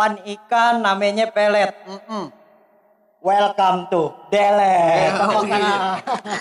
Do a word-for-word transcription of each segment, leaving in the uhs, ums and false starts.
umpan ikan namanya pelet. Mm-mm. Welcome to Delet. Tepuk tangan.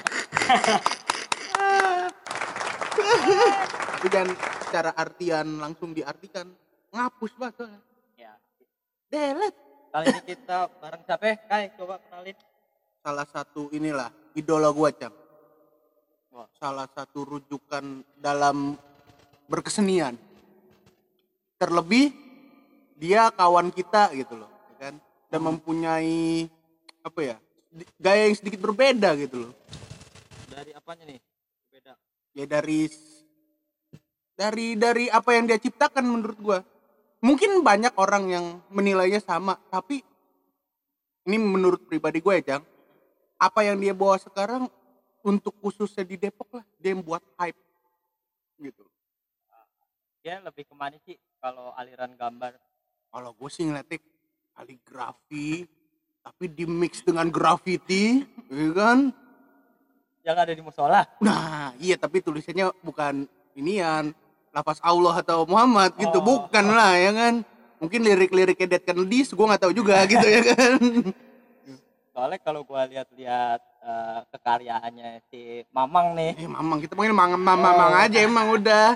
Tapi jangan secara artian langsung diartikan. Ngapus banget soalnya. Ya. Delet. Kali ini kita bareng siapa? Kai, coba kenalin. Salah satu inilah idola gua, Cang. Wah. Salah satu rujukan dalam berkesenian. Terlebih dia kawan kita gitu loh, ya kan? Dan mempunyai apa ya? Gaya yang sedikit berbeda gitu loh. Dari apanya nih? Beda. Ya dari dari dari apa yang dia ciptakan menurut gua. Mungkin banyak orang yang menilainya sama, tapi ini menurut pribadi gue ya, Jang. Apa yang dia bawa sekarang untuk khususnya di Depok lah, dia yang buat hype gitu. Dia lebih kemana sih kalau aliran gambar? Kalau gue sih ngeliatnya kaligrafi, tapi di mix dengan graffiti, ya kan? Yang ada di musola? Nah, iya tapi tulisannya bukan inian, lafaz Allah atau Muhammad gitu, Oh. bukan lah ya kan? Mungkin lirik-liriknya Dead Kennedys, gue nggak tahu juga gitu ya kan? Soalnya kalau gua lihat-lihat uh, kekaryaannya si Mamang nih, Eh, mamang kita panggil mamang, mamang aja emang udah.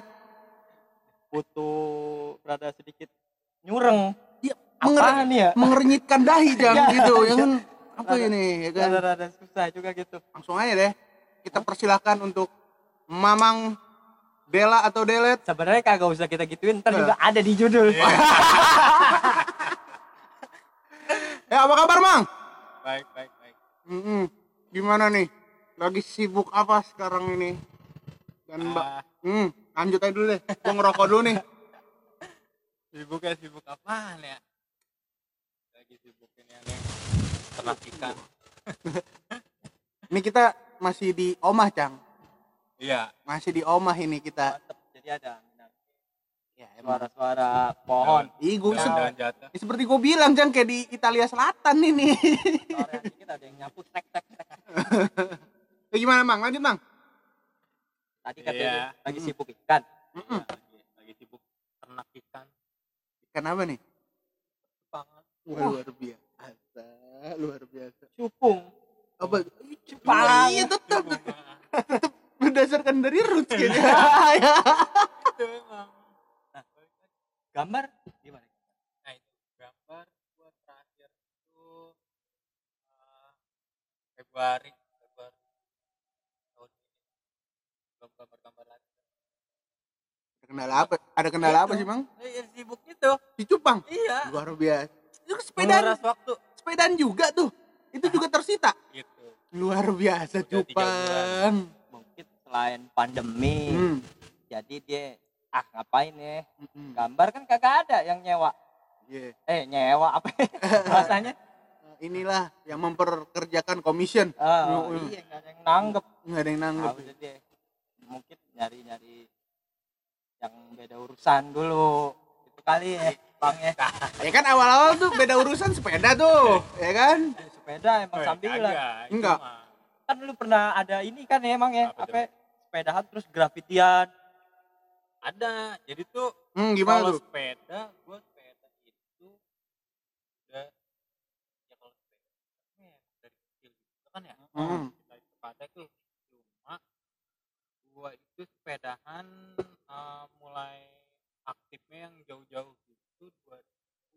butuh rada sedikit nyureng. Ya, Apaan ya? mengernyitkan dahi Jang Ya, gitu, ya ya. kan? Apa Rada- ini ya kan? Rada-rada susah juga gitu. Langsung aja deh, kita persilahkan untuk Mamang Dela atau Delet. Sebenarnya kagak usah kita gituin, ntar Eh. juga ada di judul. Ya apa kabar Mang? Baik, baik, baik. Mm-mm. Gimana nih? Lagi sibuk apa sekarang ini? Dan Mbak, Ah. hmm, lanjut aja dulu deh. Gua ngerokok dulu nih. Sibuk ya, sibuk apaan ya? Lagi sibukin yang ternak ikan. Ini kita masih di Omah, Cang. Iya. Masih di Omah ini kita. Mantep, jadi ada Ya, suara-suara pohon. Ih, gue se- Daun jatuh. ya, seperti gue bilang, Cang, kayak di Italia Selatan ini. Suara dikit ada yang nyapu tek tek tek. Ya, gimana, Mang? Lanjut, Mang. Tadi katanya Iya. lu lagi sibuk ikan. Mm-mm. Ya, lagi, lagi sibuk ternak ikan. Ikan apa nih? Pangan. Wah, luar biasa, luar biasa. Cupung. Apa? Cupang. Iya, tetap, tetap berdasarkan dari roots kayaknya. Ya. Itu memang. Gambar gimana? Nah itu gambar gua terakhir itu uh, Februari Februari tahun ini. Belum gambar-gambar lagi. Ada kendala apa? Ada kendala apa sih, Mang? Eh, ya, sibuk itu. Di Cupang. Iya. Luar biasa. Itu sepedaan, Menguras waktu. sepedaan juga tuh. Itu juga tersita. Gitu. Luar biasa Udah tiga Cupang. Mungkin selain pandemi, Hmm. jadi dia ah ngapain ya? Mm-mm. Gambar kan kagak ada yang nyewa. Iya. Eh nyewa apa? Bahasanya? Inilah yang memperkerjakan commission. Oh, Mm-mm. iya nggak ada yang nanggep. Nggak ada yang Ah, nanggep. udah deh. Mungkin nyari-nyari yang beda urusan dulu. Itu kali ya, Bang ya. Ya kan awal-awal tuh beda urusan sepeda tuh, ya kan? Eh, sepeda emang Oh, ya, sambilan. kagak, itu Enggak. mah. Kan lu pernah ada ini kan ya emang ya, Apa tuh? apa sepedahan terus grafitian. Ada. Jadi tuh Hmm, gimana kalau tuh? sepeda, gue sepeda itu udah ya kalau sepeda ini ya dari kecil gitu kan ya. Hmm. Kita sepeda tuh cuma gua itu sepedahan eh, mulai aktifnya yang jauh-jauh gitu dua ribu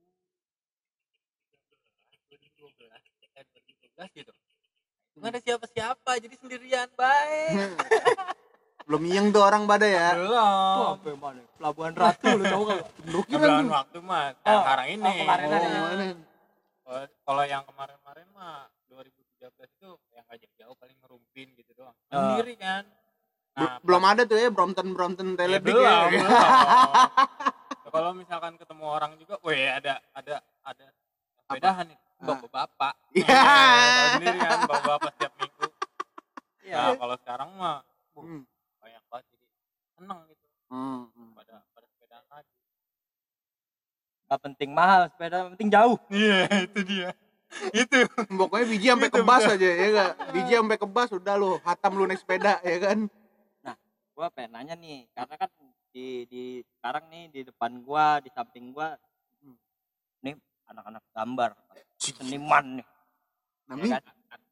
dua belas eh dua ribu dua belas gitu. Nggak ada siapa-siapa jadi sendirian baik. Belum yang tuh orang pada ya. Belum. Apa yang mana? Pelabuhan Ratu lu tahu kagak? Kebetulan waktu mah Oh, sekarang ini. oh, kemarin Oh, ada ya. mana? Kalau- Kalau yang kemarin-kemarin mah dua ribu tiga belas itu yang nggak jauh-jauh paling ngerumpin gitu doang. Oh. Sendiri kan. Bel- belum ada tuh ya Brompton Brompton Ya, Teledik belum, ya. belum. Ya, kalau misalkan ketemu orang juga, weh ada ada ada sepedahan nih, bapak-bapak. Iya. Tahu sendiri kan, bapak-bapak setiap minggu. Iya. Nah, kalau sekarang mah uh, Hmm. banyak banget jadi seneng gitu Hmm. hmm. pada pada sepedahan lagi. Gak penting mahal sepeda, yang penting jauh. Iya, itu dia. Itu. Pokoknya biji sampai Itu kebas betul. aja ya enggak? Biji sampai kebas udah lu hatam lu naik sepeda ya kan? Gua pengen nanya nih, karena kan di di sekarang nih di depan gua, di samping gua Hmm. nih anak-anak gambar seniman nih Nami, ya kan?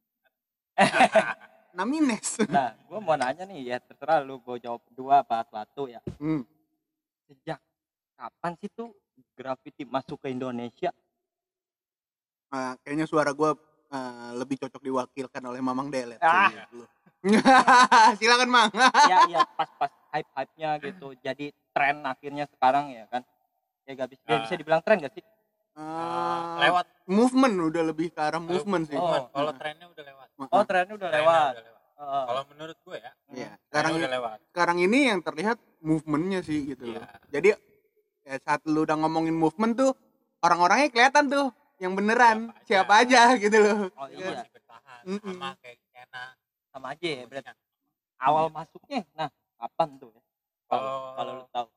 Namines. Nah gue mau nanya nih ya terserah lu gue jawab dua apa satu ya. Hmm. Sejak kapan sih tuh graffiti masuk ke Indonesia? Uh, kayaknya suara gue uh, lebih cocok diwakilkan oleh Mamang Delet. Ah. Dulu. Silakan Mang. Ya iya pas-pas hype-hype-nya gitu. Jadi tren akhirnya sekarang ya kan. Ya gak bisa, Ah. bisa dibilang tren gak sih? Uh, lewat movement udah lebih ke arah movement sih. Oh, kalau Nah. trennya udah lewat. Oh trennya udah Trennya lewat. udah lewat. Uh, Kalau menurut gue ya, Iya. trennya Sekarang udah lewat. sekarang ini yang terlihat movementnya sih gitu Iya. loh. Jadi ya, saat lu udah ngomongin movement tuh orang-orangnya kelihatan tuh yang beneran siapa, Siapa aja. siapa aja gitu loh. oh Yang iya masih bertahan Mm-mm. sama kayak Kena. sama aja ya berarti. Kan. Awal masuknya nah kapan tuh ya? Kalau Kalau- kalau lu tahu.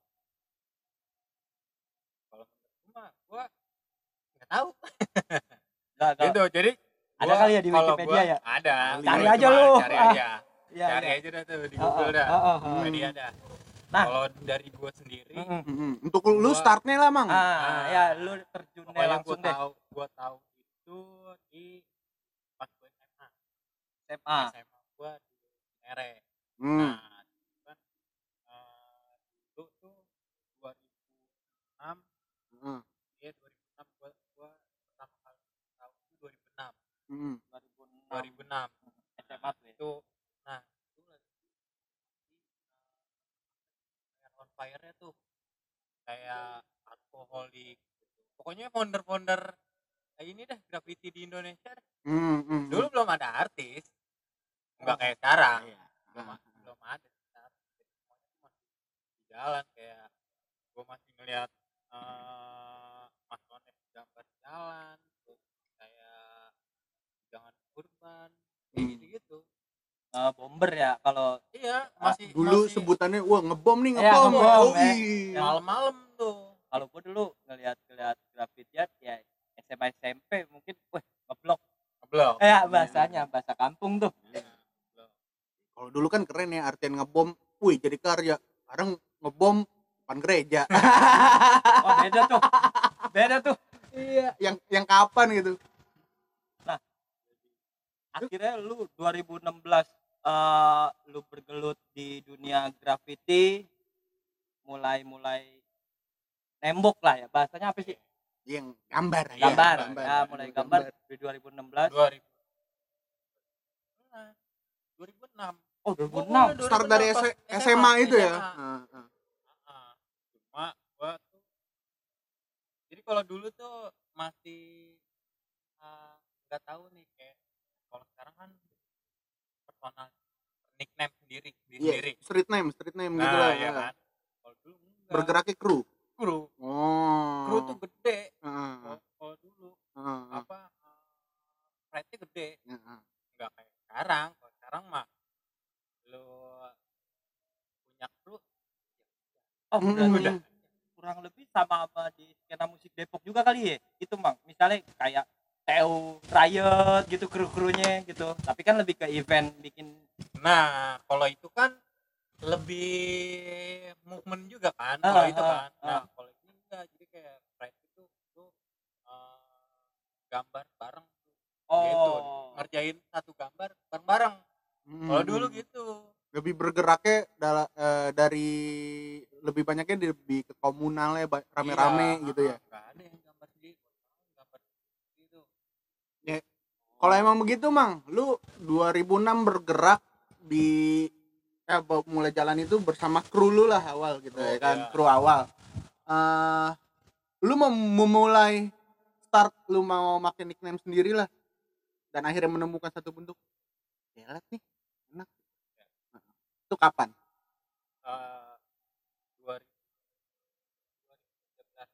Kalau menurut gue mah gue nggak tahu. Nggak, nggak. Gitu. Jadi Ada gua- kali ya di kalau Wikipedia gua ya? Ada. Cari Kalau aja cuma lu. Cari Ah. aja. Iya, Cari iya. aja dah tuh di Oh, Google oh, dah. oh, oh, oh. Wikipedia dah. Nah. Kalau dari gue sendiri, Mm-mm. Mm-mm. Untuk lu Gua- startnya lah Mang. Ah, ya lu terjunnya pokoknya gue langsung deh. tahu, gue tahu itu di pas gue S M A. S M A. S M A gue di Nere. Hmm. Nah, itu kan eh, dulu tuh dua ribu enam, Hmm. ya dua ribu enam gue gue pertama kali tahu itu dua ribu enam. Hmm. dua ribu enam. dua ribu enam S M A tuh ya. itu, nah itu lagi kayak on fire-nya tuh kayak alkoholik gitu. Pokoknya founder-founder kayak ini dah graffiti di Indonesia dah. Hmm. Hmm. Dulu belum ada artis, nggak kayak sekarang. Iya. belum Ah. belum ada saat itu. Semuanya tuh masih di jalan, kayak gue masih ngeliat eh Mas Ones gambar di jalan, terus kayak jangan kurban kayak Hmm. gitu gitu. Eh, bomber ya kalau Iya, Ah, masih Dulu masih sebutannya wah ngebom nih Iya, ngebom. ngebom, Oh, eh. iya. malam-malam tuh. kalau gue dulu ngeliat-ngeliat graffiti ya S M A S M P mungkin wah ngeblok. Ngeblok. Eh ya, bahasanya bahasa kampung tuh. Kalau dulu kan keren ya artian ngebom, wih jadi karya. Sekarang ngebom depan gereja. Oh beda tuh. Beda tuh. Iya, yang yang kapan gitu? Akhirnya lu dua ribu enam belas eh lu bergelut di dunia graffiti mulai-mulai nembok lah ya. Bahasanya apa sih? Yang gambar, Iya, ya, Gambar. gambar. Ya, mulai gambar di dua ribu enam belas. dua ribu dua ribu enam. Oh, dua ribu Gua enam. mulai Start dari pas S- S M A itu ya. S M A. Heeh, heeh. Ah, cuma gua tuh jadi kalau dulu tuh masih ah, nggak tahu nih, kayak kalau sekarang kan personal nickname sendiri sendiri, Iya, sendiri. street name, street name Nah, gitu lah. ya kan. Kalau dulu enggak. Bergeraknya kru. kru Oh. kru tuh gede. Heeh, Kalau kalau dulu heeh, heeh, apa uh, rate-nya gede, heeh. nggak kayak sekarang. Kalau sekarang mah lu punya kru Oh, Mm, berarti udah. kurang lebih sama sama di skena musik Depok juga kali ya. Itu Mang. Misalnya kayak Teo, Riot gitu kru-krunya gitu. Tapi kan lebih ke event bikin. Nah, kalau itu kan lebih movement juga kan, kalau Ah, itu ah, kan. Nah, ah. kalau ini enggak, jadi kayak Pride itu tuh eh, gambar bareng tuh, gitu. Oh. Ngerjain satu gambar bareng-bareng. Kalau Hmm. dulu gitu. Lebih bergeraknya dala- eh, dari lebih banyaknya lebih ke komunalnya ba- rame-rame Iya, gitu ya. ah, nggak ada yang gambar sendiri, gambar gitu. Ya, kalau emang begitu Mang, lu dua ribu enam bergerak di eh, ba- mulai jalan itu bersama kru lu lah awal gitu Kru, ya kan, iya. kru awal. Eh, lu mau memulai start lu mau makin nickname sendiri lah dan akhirnya menemukan satu bentuk. Gelet nih, enak. Itu kapan? Eh, dua ribu tiga belas.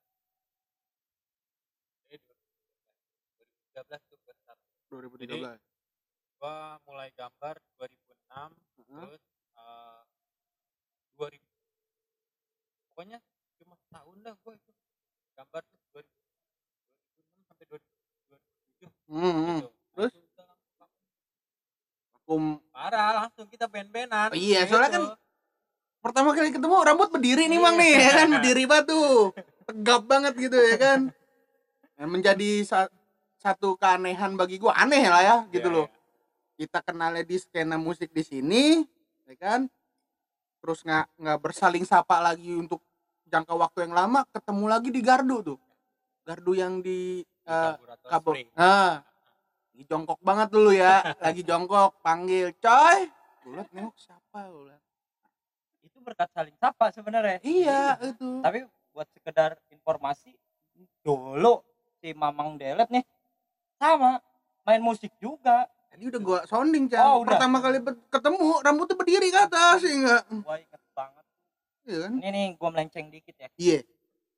Eh, dua ribu tiga belas tuh gue start. dua ribu tiga belas. Gua mulai gambar dua ribu enam, Heeh. terus eh, dua ribu, pokoknya cuma setahun dah gue itu gambar tuh dua ribu enam sampai dua ribu tujuh Hmm, hmm. gitu. Terus? Nah, itu udah langsung Aku parah, langsung kita band-bandan. Oh iya, gitu. soalnya kan pertama kali ketemu rambut berdiri nih Mang nih, ya kan berdiri batu. Tegap banget gitu ya kan. Dan menjadi sa- satu keanehan bagi gua, aneh lah ya gitu Iya, loh. iya. Kita kenalnya di skena musik di sini, ya kan? Terus nggak nggak bersaling sapa lagi untuk jangka waktu yang lama, ketemu lagi di gardu tuh. Gardu yang di Di eh, Karburator Kabo. Spring. Nah, lagi jongkok banget dulu ya, lagi jongkok, panggil, coy. Gue liat nengok siapa gue liat. Itu berkat saling sapa sebenarnya. Iya itu. Tapi buat sekedar informasi, dulu si Mamang Delet nih sama main musik juga. Tadi udah gua sounding, Cang. Oh, udah. Pertama kali bet- ketemu rambutnya berdiri ke atas, ya enggak? Gua inget banget. Iya kan? Ini nih gua melenceng dikit ya. Iya.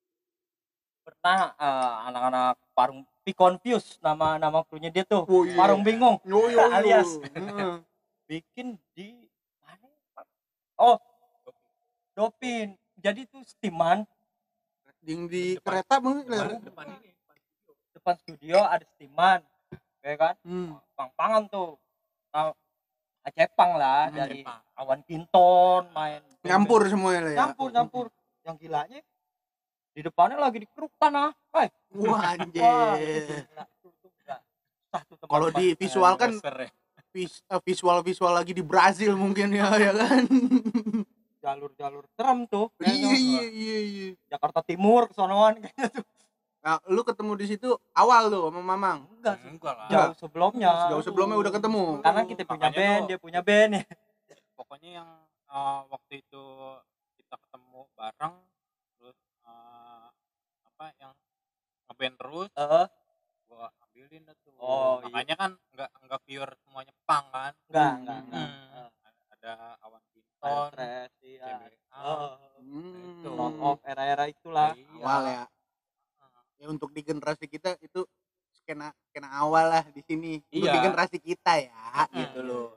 Pernah eh, anak-anak Parung P-Confuse nama nama krunya dia tuh. Oh, iya. Parung Bingung. Yo yo yo. Alias. Heeh. Bikin di mana? Oh, Dopin. Jadi tuh steaman Yang di Depan- kereta mah Depan, ler. depan ini, depan studio. depan studio ada steaman. Ya kan? Hmm. Pang-pangan tuh. Nah, Acepang lah Hmm, dari Acepang. Awan Kinton main Nyampur semuanya lah ya. nyampur nyampur yang gilanya di depannya lagi dikeruk tanah. Hai. Wah, Wah, anjir. gila. Itu tuh enggak susah tuh tempat Kalau tempat. di visual kan Anniversary ya. vis- eh, visual-visual lagi di Brazil mungkin ya, ya kan. jalur-jalur serem tuh Iya kayaknya. iya iya iya. Jakarta Timur kesonoan kayaknya tuh. Nah, lu ketemu di situ awal lu sama Mamang. Enggak sih. Enggak lah. Jauh sebelumnya. Jauh sebelumnya udah ketemu. Karena kita punya Makanya band, tuh- dia punya band ya. Pokoknya yang eh, waktu itu kita ketemu bareng, terus eh, apa yang ngeband terus, Heeh. gua ambilin dah tuh. Oh, iya. Makanya kan nggak nggak pure semuanya punk kan. Enggak, Hmm. enggak, enggak. Hmm. Ada Awan Fire Kinton, Fresh, iya. C B A, Oh, Hmm. Itu. not off era-era itulah. Iya. Awal ya. Ya untuk di generasi kita itu skena skena awal lah di sini. Untuk Iya. di generasi kita ya, Hmm. gitu loh.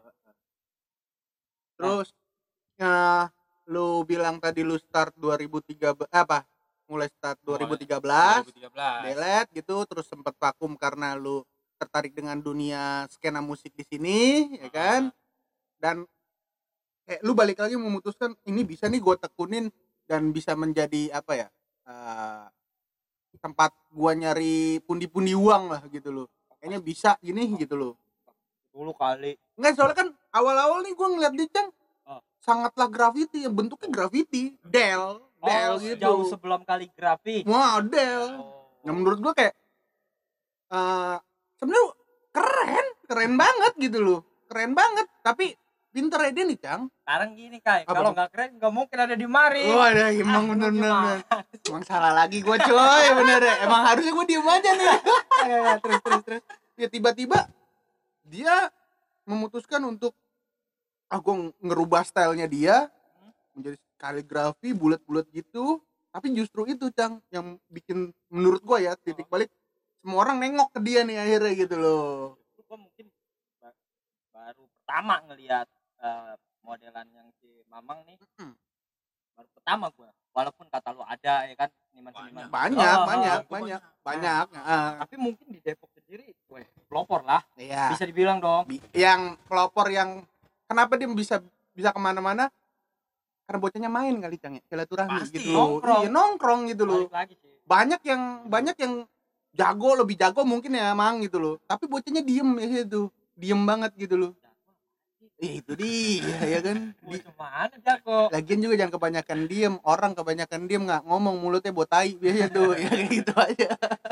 Terus eh, lu bilang tadi lu start dua ribu tiga belas apa? Mulai start dua ribu tiga belas, dua ribu tiga belas. delet gitu, terus sempat vakum karena lu tertarik dengan dunia skena musik di sini, ya kan? Dan eh, lu balik lagi memutuskan ini bisa nih gue tekunin dan bisa menjadi apa ya? eh, tempat gua nyari pundi-pundi uang lah gitu loh. Kayaknya bisa gini gitu loh. Dulu kali. Enggak, soalnya kan awal-awal nih gua ngeliat di Cang Oh. sangatlah graffiti, bentuknya graffiti, del, del Oh, gitu. jauh sebelum kaligrafi. Wah, del. Oh. Nah, menurut gua kayak eh sebenarnya keren, keren banget gitu loh. Keren banget, tapi pinter dia nih, Cang. Sekarang gini Kai, Apa kalau tuh? nggak keren nggak mungkin ada di mari. Oh, ada Ah, emang lu bener-bener. gimana? Emang salah lagi gua coy, bener ya. Emang harusnya gua diem aja nih. Ya, ya, terus terus terus. Ya tiba-tiba dia memutuskan untuk ah gua ngerubah stylenya dia menjadi kaligrafi bulat-bulat gitu. Tapi justru itu Cang yang bikin menurut gua ya titik balik semua orang nengok ke dia nih akhirnya gitu loh. Itu gua mungkin ba- baru pertama ngelihat eh, modelan yang si Mamang nih. Mm. Baru pertama gua. Walaupun kata lu ada ya kan seniman-seniman. Banyak, Oh, banyak, oh, banyak, banyak. banyak. Ah, Tapi mungkin di Depok sendiri, weh, pelopor lah. iya. Bisa dibilang dong. Bi- yang pelopor yang kenapa dia bisa bisa kemana-mana karena bocahnya main kali Cang ya silaturahmi Pasti, gitu loh. nongkrong. Iya nongkrong gitu loh. Balik lagi sih. Banyak yang banyak yang jago lebih jago mungkin ya emang gitu loh. Tapi bocahnya diem ya itu diem banget gitu loh. Eh, itu dia ya kan. Gua Di- mana jago. Lagian juga jangan kebanyakan diem. Orang kebanyakan diem nggak ngomong mulutnya botai biasanya tuh ya kayak gitu aja.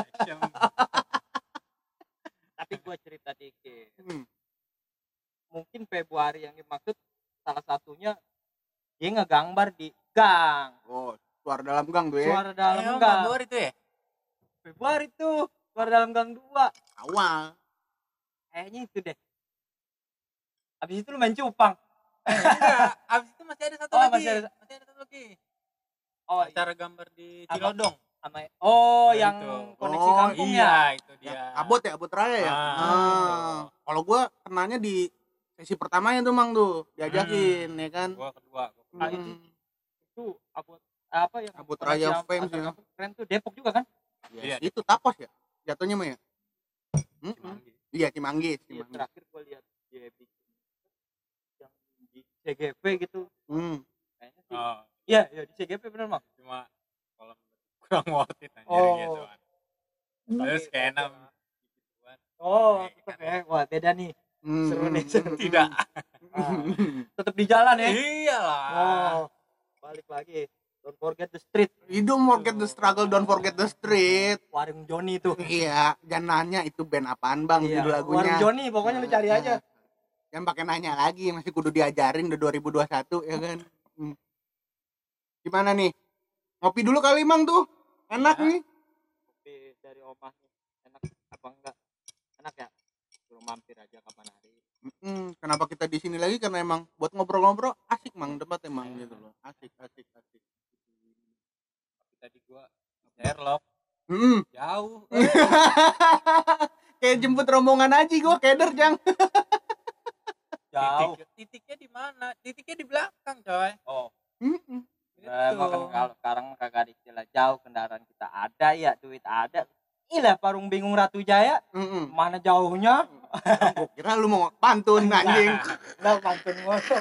Tapi gua cerita dikit. Hmm. Mungkin Februari yang dimaksud salah satunya dia ngegambar di gang. Oh, suara dalam gang tuh ya. Suara dalam Emang gang. Februari itu ya? Februari tuh suara dalam gang dua. Awal. Kayaknya itu deh. Habis itu lu main cupang. Eh, enggak, abis itu masih ada satu Oh, lagi. masih ada- Masih ada satu lagi. Oh, Acara gambar di Apa? Cilodong. sama oh Nah, yang itu. koneksi Oh, kampung ya. Iya, itu dia. Ya, abot ya, abot raya ya. Ah, Ah. gitu. Kalau gua kenanya di sesi pertamanya tuh Mang tuh diajakin Hmm, ya kan. Gua kedua. Gua kedua. Ah, Hmm. Itu abot apa yang Abot koneksi Raya am- Fame antar ya. kampung keren tuh Depok juga kan? Iya, Itu tapos ya jatuhnya mah ya. Mm-mm. Cimanggi. Iya Cimanggis, Iya, Cimanggis. terakhir gua lihat dia bikin yang di C G V gitu. Hmm. Kayaknya sih. Oh, Iya, iya di C G V bener, Mang. cuma kalau kurang worth it anjir Oh. gitu kan. Hmm. Terus skena gituan. Oh, Kayak tetep kan. ya. Wah, beda nih. Hmm. Seru nih, seru. Tidak. Ah, tetep di jalan ya. Iyalah. Oh, balik lagi. Don't forget the street. You don't forget the struggle, don't forget the street. Warung Joni tuh. Iya, jangan nanya itu band apaan bang Iya, judul lagunya. Warung Joni, pokoknya lu cari aja. Jangan pakai nanya lagi, masih kudu diajarin udah dua ribu dua puluh satu ya kan. Hmm. Gimana nih? Ngopi dulu kali Mang tuh. Enak Iya. nih. Kopi dari Omah nih. Enak apa enggak? Enak ya? Suruh mampir aja kapan hari. Mm-mm. Kenapa kita di sini lagi? Karena emang buat ngobrol-ngobrol asik Mang, tempat emang gitu loh. Asik, asik, asik. Tapi tadi gua Sherlock Mm. jauh. Kayak jemput rombongan aja gua keder jang. Jauh. Titik, titiknya di mana? Titiknya di belakang, coy. Oh, Mm-mm. Gitu. eh, emang kan kalau sekarang kagak ada istilah jauh, kendaraan kita ada ya, duit ada. Ilah Parung Bingung Ratu Jaya, Mm-mm. mana jauhnya? Gua kira lu mau pantun anjing. Nah, pantun ngosok.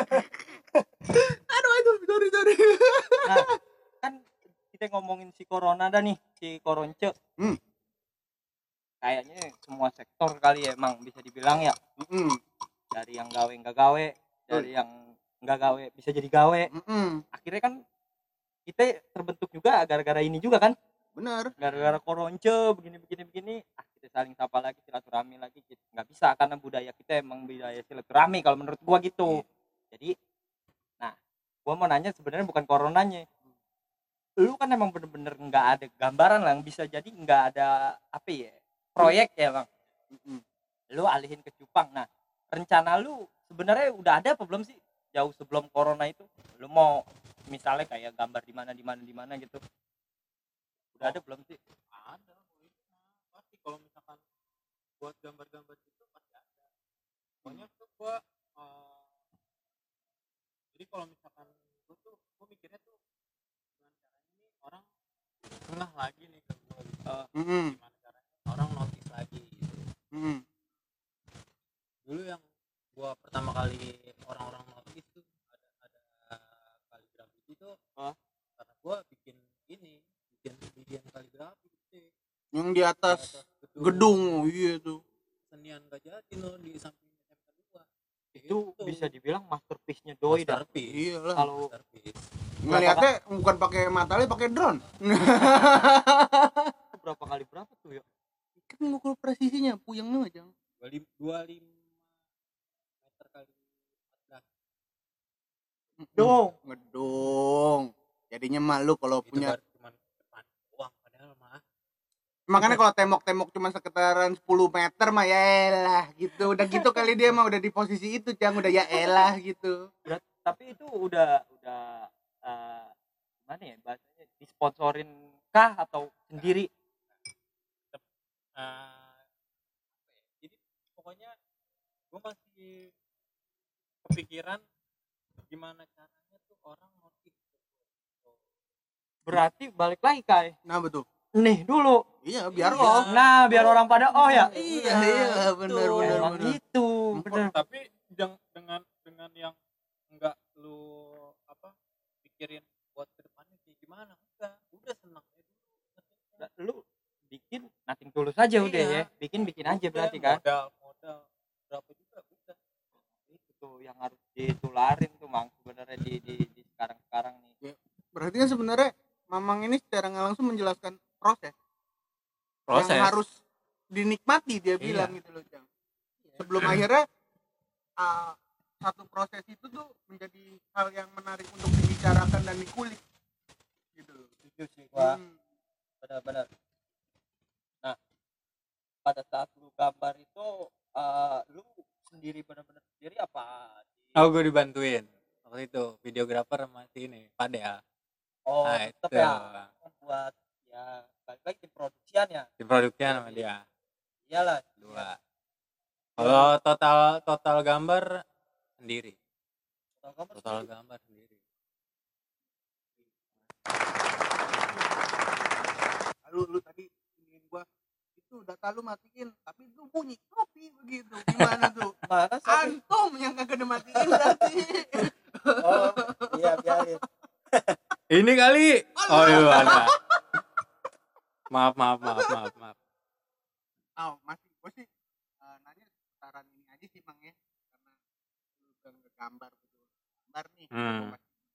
Aduh aduh sorry sorry. Nah, kan kita ngomongin si corona dah nih, si koronce. Hmm. Kayaknya semua sektor kali ya emang bisa dibilang ya, Mm-mm. dari yang gawe nggak gawe, dari yang nggak gawe bisa jadi gawe. Mm-mm. Akhirnya kan kita terbentuk juga gara-gara ini juga kan, Bener. gara-gara koronce begini begini begini. Ah, kita saling sapa lagi, silaturahmi lagi, kita nggak bisa karena budaya kita emang budaya silaturahmi kalau menurut gua gitu. Jadi, nah, gua mau nanya sebenarnya bukan coronanya. Lu kan emang bener-bener nggak ada gambaran lah, yang bisa jadi nggak ada apa ya proyek ya bang. Mm-mm. Lu alihin ke cupang. Nah, rencana lu sebenarnya udah ada apa belum sih jauh sebelum corona itu? Lu mau misalnya kayak gambar di mana di mana di mana gitu, udah ada belum sih? Ada, boy. Pasti kalau misalkan buat gambar-gambar gitu pasti ada. Pokoknya tuh gua eh, jadi kalau misalkan gua tuh gua mikirnya tuh gimana caranya nih orang ngeh lagi nih ke gua gitu. Eh, Mm-mm. gimana caranya orang notice lagi gitu. Mm-mm. Dulu yang gua pertama kali orang-orang notice tuh ada ada kaligrafi tuh Hah? karena gua bikin ini bikin bikin kaligrafi gitu Yang di di atas atas gedung, oh, iya tuh. Senian Gajah Tino di samping S M K dua Itu bisa dibilang masterpiece-nya doi dah. masterpiece. Iyalah. Kalau Masterpiece. Ngeliatnya bukan pakai matali, pakai drone. itu berapa kali berapa tuh ya? Kan ngukur presisinya, puyeng nih aja. dua puluh lima meter kali empat belas Dong. Ngedong. Jadinya malu kalau itu punya. baru cuman depan doang padahal mah Makanya kalau tembok-tembok cuma sekitaran sepuluh meter mah ya elah gitu. Udah gitu kali dia mah udah di posisi itu, Cang, udah ya elah gitu. Berat, tapi itu udah udah eh, gimana ya bahasanya, disponsorin kah atau sendiri? Eh, apa ya, jadi pokoknya gue masih kepikiran gimana caranya tuh orang notice gitu. Berarti balik lagi kai Nah betul. nih dulu. Iya biar Iya. oh. Nah, biar orang pada oh ya. Iya iya benar betul. benar Emang benar. gitu, bener. Tapi jang- dengan dengan yang enggak lu apa pikirin buat kedepannya kayak gimana enggak udah senang aja dulu Nah, lu bikin nothing tulus aja udah Iya. ya. Bikin bikin aja Udah, berarti kan. modal modal berapa juga udah Itu tuh yang harus ditularin tuh Mang sebenarnya di di di sekarang-sekarang nih. Berarti kan sebenarnya Mamang ini secara nggak langsung menjelaskan proses, proses yang harus dinikmati dia Iya. bilang gitu loh, Cang. Sebelum akhirnya uh, satu proses itu tuh menjadi hal yang menarik untuk dibicarakan dan dikulik gitu loh. Setuju sih gua. Hmm. Benar-benar. Nah, pada saat lu gambar itu eh, lu sendiri benar-benar sendiri apa? Di- oh gue dibantuin waktu itu videografer sama si ini Padel oh, nah, tetep itu. ya membuat ya balik lagi tim produksian ya. di produksinya sama dia Iyalah. dua kalau total total gambar sendiri Total gambar total sendiri. gambar sendiri Lu lu tadi iniin gua itu data lu matiin tapi itu bunyi kopi begitu. Gimana tuh? Mana sih? Antum yang kagak dimatiin berarti. Oh, iya biarin. ini kali oh iya ada maaf maaf maaf maaf maaf gambar nih. Hmm.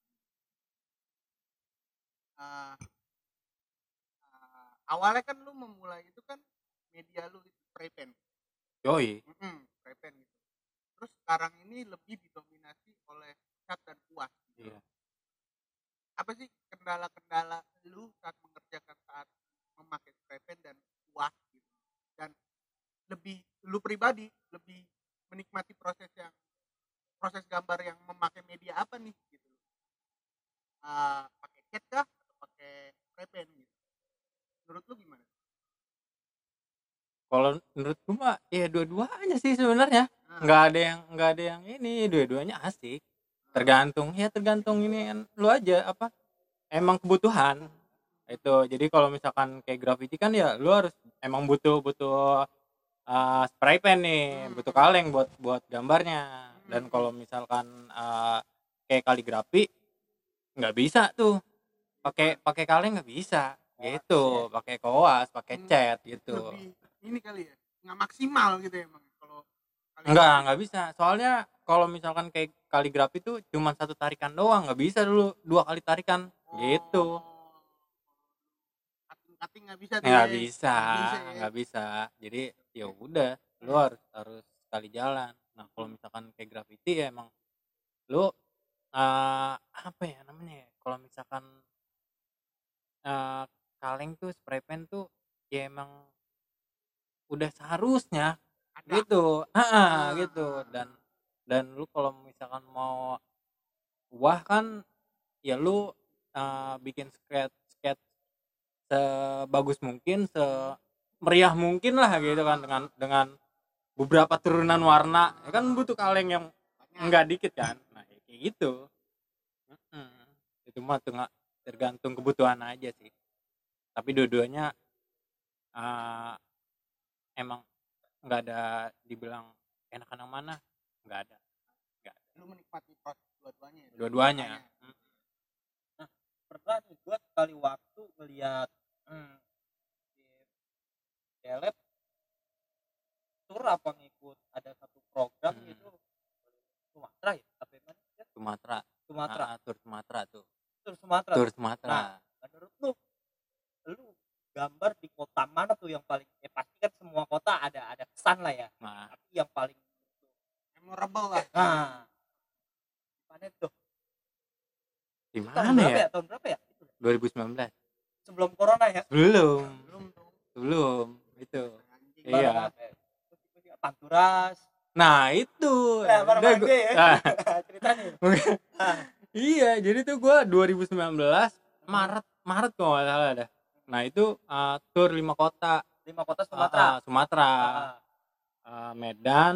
Uh, uh, awalnya kan lu memulai itu kan media lu itu spray pen. Yoi. Mm-hmm, spray pen gitu. Terus sekarang ini lebih didominasi oleh cat dan kuas. Gitu. Iya. Apa sih kendala-kendala lu saat mengerjakan saat memakai spray pen dan kuas gitu? Dan lebih lu pribadi lebih menikmati proses yang proses gambar yang memakai media apa nih gitu? Uh, pakai cat kah atau pakai spray pen gitu? Menurut lu gimana? Kalau menurut gue mah ya dua-duanya sih sebenarnya. Nah. Nggak ada yang nggak ada yang ini, dua-duanya asik. Tergantung ya tergantung ini kan lu aja apa emang kebutuhan itu. Jadi kalau misalkan kayak graffiti kan ya lu harus emang butuh butuh uh, spray pen nih, butuh kaleng buat buat gambarnya. Dan kalau misalkan uh, kayak kaligrafi nggak bisa tuh pakai pakai kaleng, nggak bisa gitu, pakai koas, pakai cat gitu. Lebih ini kali ya nggak maksimal gitu emang kalau nggak nggak bisa soalnya kalau misalkan kayak kaligrafi tuh cuma satu tarikan doang, nggak bisa dulu dua kali tarikan. Oh. Gitu cutting nggak bisa tuh nggak ya. bisa nggak bisa, ya. nggak bisa jadi ya udah lu harus harus sekali jalan. Nah kalau misalkan kayak graffiti ya emang lu uh, apa ya namanya ya kalau misalkan uh, kaleng tuh spray pen tuh ya emang udah seharusnya ada. Gitu ah, ah gitu dan dan lu kalau misalkan mau wah kan ya lu uh, bikin sketch sketch sebagus mungkin, semeriah mungkin lah gitu kan dengan dengan beberapa turunan warna ya kan butuh kaleng yang enggak dikit kan. Nah kayak gitu. Hmm. Itu mah tuh tergantung kebutuhan aja sih. Tapi dua-duanya uh, emang nggak ada dibilang enakan yang mana, nggak ada. Nggak ada. Lu menikmati proses dua-duanya ya? Dua-duanya. Hmm. Nah, pernah nih gue sekali waktu ngeliat hmm, di Delep tur apa ngikut ada satu program hmm. gitu Sumatera ya? Apa mana? Sumatera. Sumatera. Ah, tur Sumatera tuh. Tur Sumatera. Tur Sumatera. Nah, menurut lu, lu gambar di kota mana tuh yang paling? Ya pasti kan semua kota ada ada kesan lah ya. Nah. Tapi yang paling memorable lah. Nah, mana tuh? Di mana ya? ya? Tahun berapa ya? dua ribu sembilan belas. Sebelum corona ya? Belum. Belum. Belum. Itu. Iya. Panturas. Nah itu. Nah, bareng gua, ya. Nah. Ceritanya. Iya, jadi tuh gue dua ribu sembilan belas Maret Maret kalau nggak salah ada. Nah itu uh, tur lima kota. Lima kota Sumatera. Uh, uh, Sumatera. Uh, uh. Uh, Medan,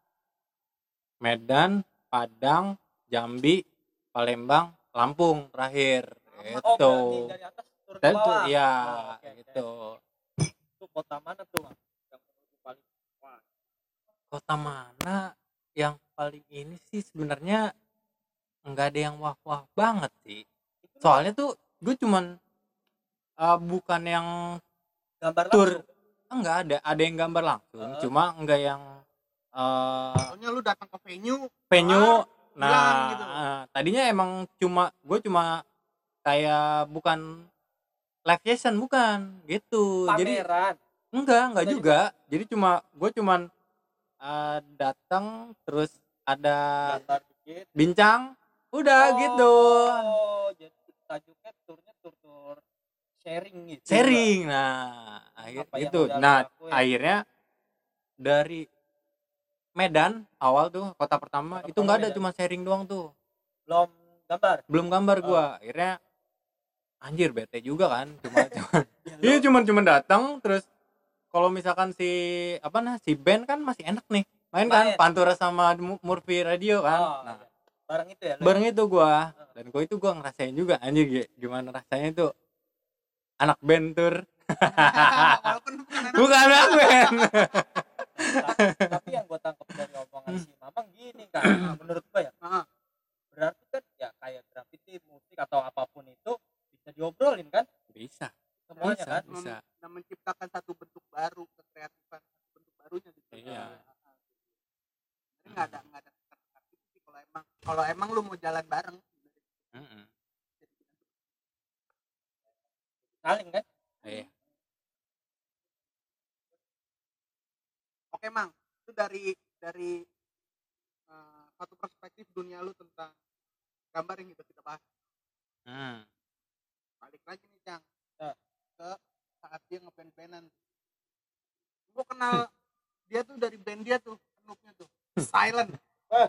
Medan, Padang, Jambi, Palembang, Lampung terakhir. Oh, itu. Dari atas turun ke bawah. Iya, oh, okay, itu. Okay. Itu kota mana tuh, Mas? Yang paling wah. Kota mana yang paling ini sih sebenarnya nggak ada yang wah-wah banget sih. Soalnya tuh gue cuman uh, bukan yang gambar tur langsung. Enggak ada, ada yang gambar langsung, uh. cuma enggak yang uh, soalnya lu datang ke venue venue kelar, nah gitu. uh, tadinya emang cuma gue cuma kayak bukan live session bukan gitu. Pameran. Jadi enggak enggak juga. juga jadi cuma gue cuman uh, datang terus ada bincang udah oh, gitu. Oh, jadi tajuknya turnya tur-tur sharing gitu. Sharing. Nah, akhir gitu. Nah, akhirnya dari Medan awal tuh kota pertama kota itu enggak ada, cuma sharing doang tuh. Belum gambar. Belum gambar gua. Oh. Akhirnya anjir bete juga kan, cuma cuma iya cuma cuma datang terus kalau misalkan si apa nah si band kan masih enak nih. Main, Main. kan Pantura sama Murphy Radio kan. Oh, nah, iya. Bareng itu ya. Bareng itu gua. Dan gua itu gua ngerasain juga anjir gimana rasanya tuh anak band tur. Walaupun bukan anak band. Tapi yang gua tangkap dari omongan si Mamang gini kan, menurut gua ya. Berarti kan ya kayak graffiti, musik atau apapun itu bisa diobrolin kan? Bisa. Semuanya bisa, kan? Bisa. Dan menciptakan satu bentuk baru, kekreatifan satu bentuk barunya gitu. Iya. Jadi nggak ada nggak ada kata-kata sih kalau emang kalau emang lu mau jalan bareng. Mm-mm. saling kan. Iya. Oke Mang, itu dari dari uh, satu perspektif dunia lu tentang gambar yang kita kita bahas. Hmm. Balik lagi nih Cang Ya. ke saat dia ngeband-bandan. Gue kenal dia tuh dari band dia tuh, penuknya tuh Silent. Eh.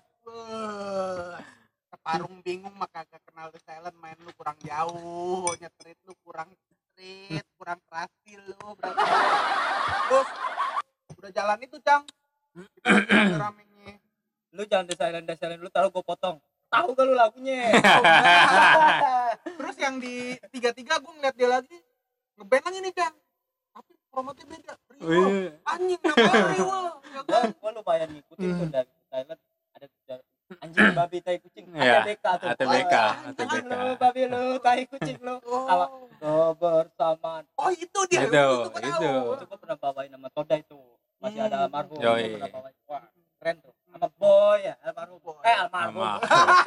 Wah, keparung bingung maka kagak kenal The Silent, main lu kurang jauh, nyetrit lu kurang nyetrit, kurang kerasi lu berarti. Terus udah jalan itu Cang, kita lagi rame-ramenya. Lu jangan desain desain lu tahu gue potong. Tahu gak lu lagunya? Tahu nggak? Terus yang di tiga tiga gue ngeliat dia lagi ngeband lagi nih Cang, tapi promotnya beda. Riwo, Wih. anjing namanya Riwo, ya Gua, kan? gua lumayan ngikutin tuh Hmm. dari Thailand. Ada tuh anjing babi tai kucing. Iya, A T B K tuh. A T B K, Wah, A T B K. anjing lu babi lu tai kucing lu. Apa? Kebersamaan. Oh itu dia, Itu, gua itu. tahu. Itu gua pernah bawain sama Toda itu. Masih Hmm. ada almarhum. Yoi. Gua pernah bawain. Wah, keren tuh. Sama Boy ya, almarhum. Boy. Eh, almarhum. Sama.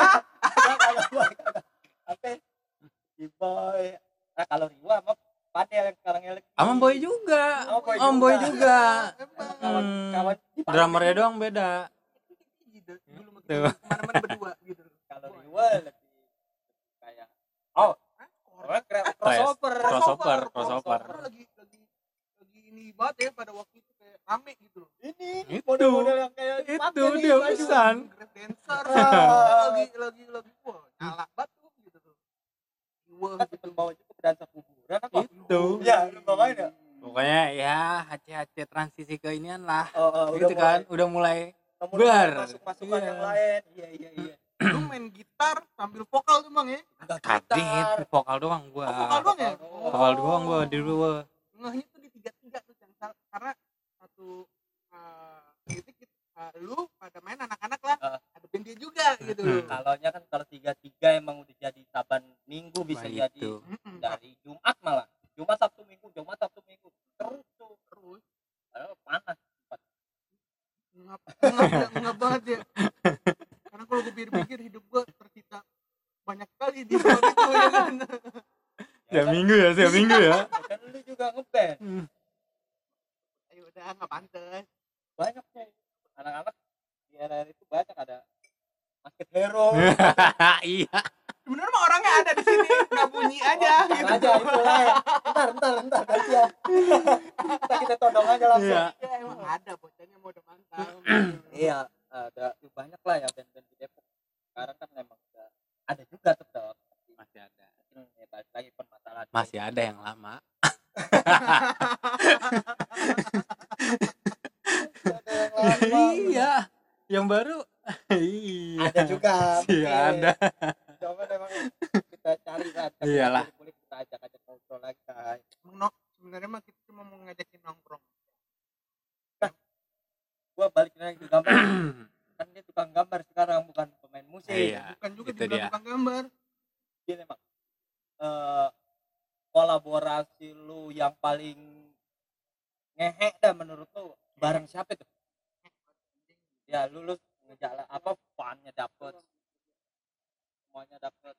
Kalau Boy kagak. Apa? Si Boy. Nah, kalau Riwa sama Padel yang sekarang elektrik. Sama Boy juga. Sama Boy Om Boy juga. juga. Emang. Kawan, Hmm. kawan di Padel. Drummernya doang beda. Gitu, dulu mah Tuh. kita kemana-mana berdua gitu. Kalau Riwa lebih kayak oh, orang keren crossover. Crossover, crossover. Lagi lagi lagi ini banget ya pada waktu itu kayak rame gitu loh. Ini Itu. model-model yang kayak Itu pakai nih dia baju. pisan. Grab dancer lagi lagi lagi wah nyala banget tuh gitu tuh. Wah Kan gitu. temen bawa juga ke dansa kuburan apa? Itu. Ya, lu bawain ya? Pokoknya ya H C H C transisi ke inian lah. Oh, oh, Gitu kan, udah mulai mulai bar. masuk-masukan Iya. yang lain. Iya, iya, iya. Lu main gitar sambil vokal tuh Bang ya? Enggak kadit vokal doang gua. Oh, vokal doang ya? Vokal doang gua di dulu. Ngehnya tuh di tiga-tiga tuh Cang. Karena satu uh, titik uh, lu pada main anak-anak lah, Uh. ada band dia juga gitu loh. Kalaunya kan kalau tiga-tiga emang udah jadi saban minggu bisa Nah, jadi itu. Mm-mm. dari Jumat malah. Jumat Sabtu Minggu, Jumat Sabtu Minggu. Terus tuh, Terus padahal panas. ngap ngap ya, ngap banget ya. Karena kalau gue pikir-pikir hidup gue tersita banyak kali di bawah itu ya kan. Setiap minggu ya, setiap minggu ya. Kan lu juga ngeband. Ayo udah nggak pantes. Banyak nih anak-anak di era itu banyak ada basket hero. Iya. Sebenarnya mah orangnya ada di sini, nggak bunyi aja gitu. aja itu lah. Ntar, ntar, ntar gantian. Ntar kita todong aja langsung. Iya. Ya emang ada bocahnya mau udah mantap. Iya, ada banyak lah ya band-band di Depok. Sekarang kan memang udah ada juga tetap. Masih ada. Ya, balik lagi permasalahan. Masih ada yang lama. Ada yang lama. Iya. Yang baru. Iya. Ada juga. Sih mungkin. ada. Coba memang kita cari lah. kita Iyalah. kulik-kulik, kita ajak-ajak ngobrol lagi guys. Menok sebenarnya mah kita cuma mau ngajakin nongkrong. Gua balik lagi ke gambar. Kan dia tukang gambar sekarang bukan pemain musik. Iya. Bukan juga itu dibilang dia. tukang gambar. Dia memang eh, kolaborasi lu yang paling ngehe dah menurut lu bareng siapa tuh? Ya lu lu ngejalan apa funnya dapet, semuanya dapet.